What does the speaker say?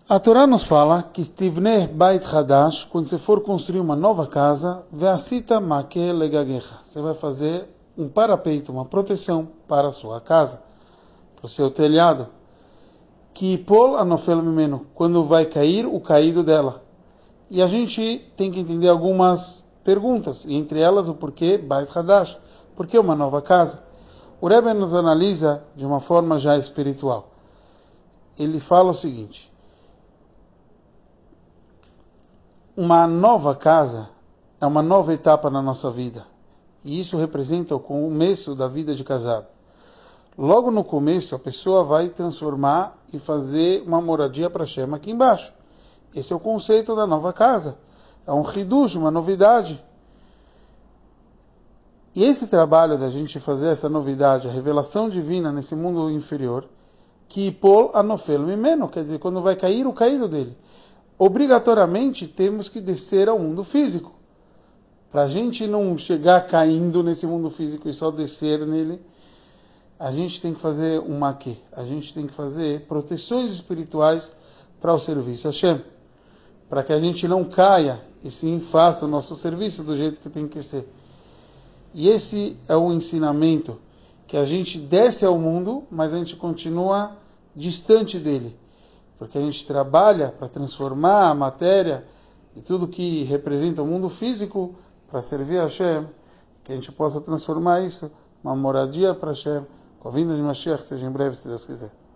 A Torá nos fala que Tivneh Bait Hadash, quando você for construir uma nova casa, Ve'asita Makeh Legagecha, você vai fazer um parapeito, uma proteção para a sua casa, para o seu telhado. Que Pol Anofel Mimeno, quando vai cair o caído dela. E a gente tem que entender algumas perguntas, e entre elas o porquê Bait Hadash, por que uma nova casa? O Rebbe nos analisa de uma forma já espiritual. Ele fala o seguinte: uma nova casa é uma nova etapa na nossa vida. E isso representa o começo da vida de casado. Logo no começo, a pessoa vai transformar e fazer uma moradia para Hashem aqui embaixo. Esse é o conceito da nova casa. É um hidush, uma novidade. E esse trabalho da gente fazer essa novidade, a revelação divina nesse mundo inferior, que Pol Anofel Mimeno, quer dizer, quando vai cair o caído dele. Obrigatoriamente temos que descer ao mundo físico. Para a gente não chegar caindo nesse mundo físico e só descer nele, a gente tem que fazer um maquê. A gente tem que fazer proteções espirituais para o serviço a Hashem. Para que a gente não caia e sim faça o nosso serviço do jeito que tem que ser. E esse é o ensinamento, que a gente desce ao mundo, mas a gente continua distante dele. Porque a gente trabalha para transformar a matéria e tudo que representa o mundo físico para servir a Hashem, que a gente possa transformar isso numa moradia para Hashem, com a vinda de Mashiach, seja em breve, se Deus quiser.